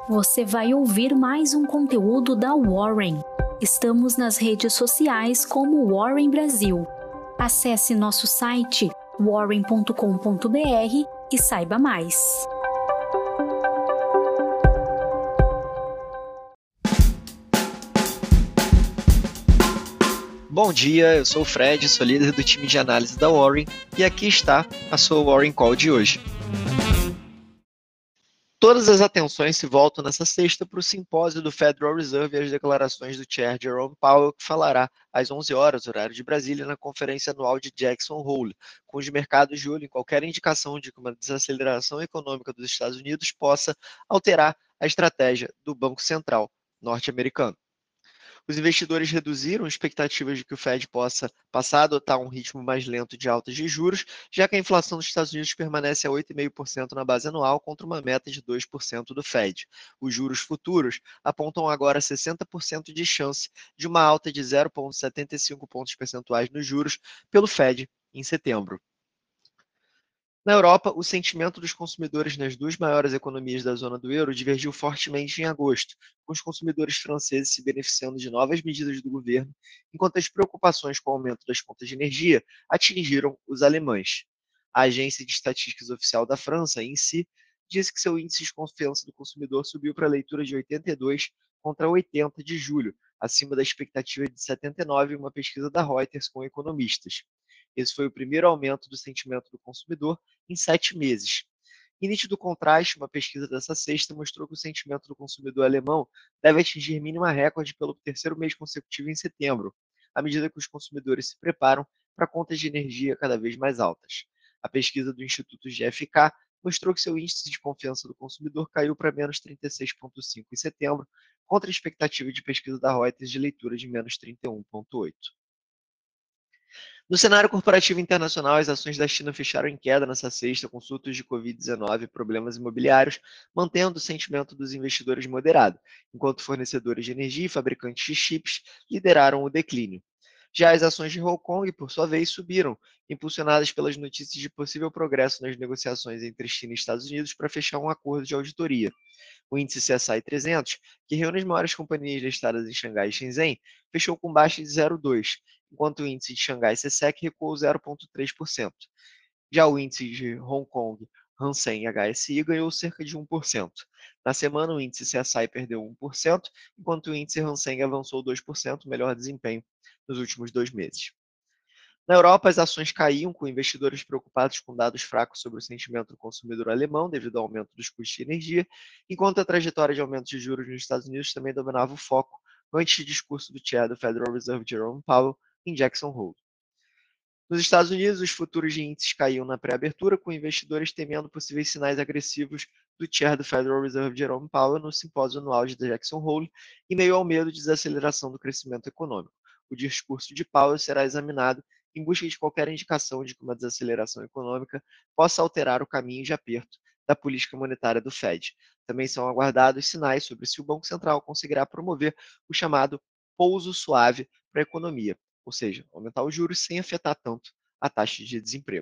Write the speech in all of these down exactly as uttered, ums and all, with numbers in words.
você vai ouvir mais um conteúdo da Warren. Estamos nas redes sociais como Warren Brasil. Acesse nosso site warren ponto com ponto b r e saiba mais. Bom dia, eu sou o Fred, sou líder do time de análise da Warren e aqui está a sua Warren Call de hoje. Todas as atenções se voltam nessa sexta para o simpósio do Federal Reserve e as declarações do Chair Jerome Powell, que falará às onze horas, horário de Brasília, na conferência anual de Jackson Hole, com os mercados de olho em qualquer indicação de que uma desaceleração econômica dos Estados Unidos possa alterar a estratégia do Banco Central norte-americano. Os investidores reduziram expectativas de que o Fed possa passar a adotar um ritmo mais lento de altas de juros, já que a inflação dos Estados Unidos permanece a oito vírgula cinco por cento na base anual contra uma meta de dois por cento do Fed. Os juros futuros apontam agora sessenta por cento de chance de uma alta de zero vírgula setenta e cinco pontos percentuais nos juros pelo Fed em setembro. Na Europa, o sentimento dos consumidores nas duas maiores economias da zona do euro divergiu fortemente em agosto, com os consumidores franceses se beneficiando de novas medidas do governo, enquanto as preocupações com o aumento das contas de energia atingiram os alemães. A Agência de Estatísticas Oficial da França, em si, disse que seu índice de confiança do consumidor subiu para a leitura de oitenta e dois contra oitenta de julho, acima da expectativa de setenta e nove em uma pesquisa da Reuters com economistas. Esse foi o primeiro aumento do sentimento do consumidor em sete meses. Em nítido contraste, uma pesquisa dessa sexta mostrou que o sentimento do consumidor alemão deve atingir mínima recorde pelo terceiro mês consecutivo em setembro, à medida que os consumidores se preparam para contas de energia cada vez mais altas. A pesquisa do Instituto G F K mostrou que seu índice de confiança do consumidor caiu para menos trinta e seis vírgula cinco em setembro, contra a expectativa de pesquisa da Reuters de leitura de menos trinta e um vírgula oito. No cenário corporativo internacional, as ações da China fecharam em queda nesta sexta, com surtos de covid dezenove e problemas imobiliários, mantendo o sentimento dos investidores moderado, enquanto fornecedores de energia e fabricantes de chips lideraram o declínio. Já as ações de Hong Kong, por sua vez, subiram, impulsionadas pelas notícias de possível progresso nas negociações entre China e Estados Unidos para fechar um acordo de auditoria. O índice C S I trezentos, que reúne as maiores companhias listadas em Xangai e Shenzhen, fechou com baixa de zero vírgula dois por cento, enquanto o índice de Xangai C S E C recuou zero vírgula três por cento. Já o índice de Hong Kong Hang Seng H S I ganhou cerca de um por cento. Na semana, o índice C S I perdeu um por cento, enquanto o índice Hang Seng avançou dois por cento, melhor desempenho nos últimos dois meses. Na Europa, as ações caíam, com investidores preocupados com dados fracos sobre o sentimento do consumidor alemão devido ao aumento dos custos de energia, enquanto a trajetória de aumento de juros nos Estados Unidos também dominava o foco antes do discurso do Chair do Federal Reserve Jerome Powell em Jackson Hole. Nos Estados Unidos, os futuros de índices caíam na pré-abertura, com investidores temendo possíveis sinais agressivos do Chair do Federal Reserve Jerome Powell no simpósio anual de Jackson Hole, em meio ao medo de desaceleração do crescimento econômico. O discurso de Powell será examinado em busca de qualquer indicação de que uma desaceleração econômica possa alterar o caminho de aperto da política monetária do Fed. Também são aguardados sinais sobre se o Banco Central conseguirá promover o chamado pouso suave para a economia, ou seja, aumentar os juros sem afetar tanto a taxa de desemprego.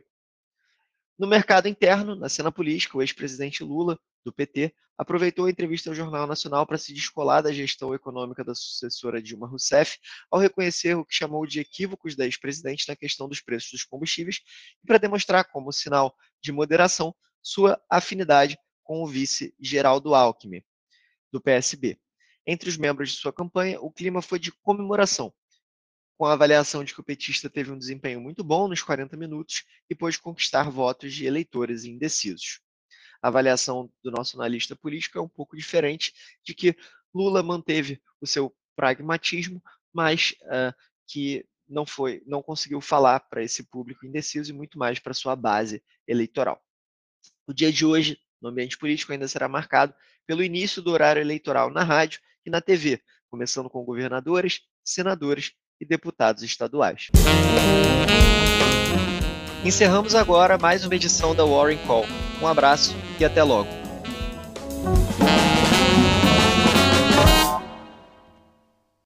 No mercado interno, na cena política, o ex-presidente Lula, do P T, aproveitou a entrevista ao Jornal Nacional para se descolar da gestão econômica da sucessora Dilma Rousseff, ao reconhecer o que chamou de equívocos da ex-presidente na questão dos preços dos combustíveis e para demonstrar, como sinal de moderação, sua afinidade com o vice Geraldo Alckmin, do P S B. Entre os membros de sua campanha, o clima foi de comemoração, com a avaliação de que o petista teve um desempenho muito bom nos quarenta minutos e pôde conquistar votos de eleitores indecisos. A avaliação do nosso analista político é um pouco diferente, de que Lula manteve o seu pragmatismo, mas uh, que não, foi, não conseguiu falar para esse público indeciso e muito mais para sua base eleitoral. O dia de hoje, no ambiente político, ainda será marcado pelo início do horário eleitoral na rádio e na T V, começando com governadores, senadores e deputados estaduais. Encerramos agora mais uma edição da Warren Call. Um abraço e até logo.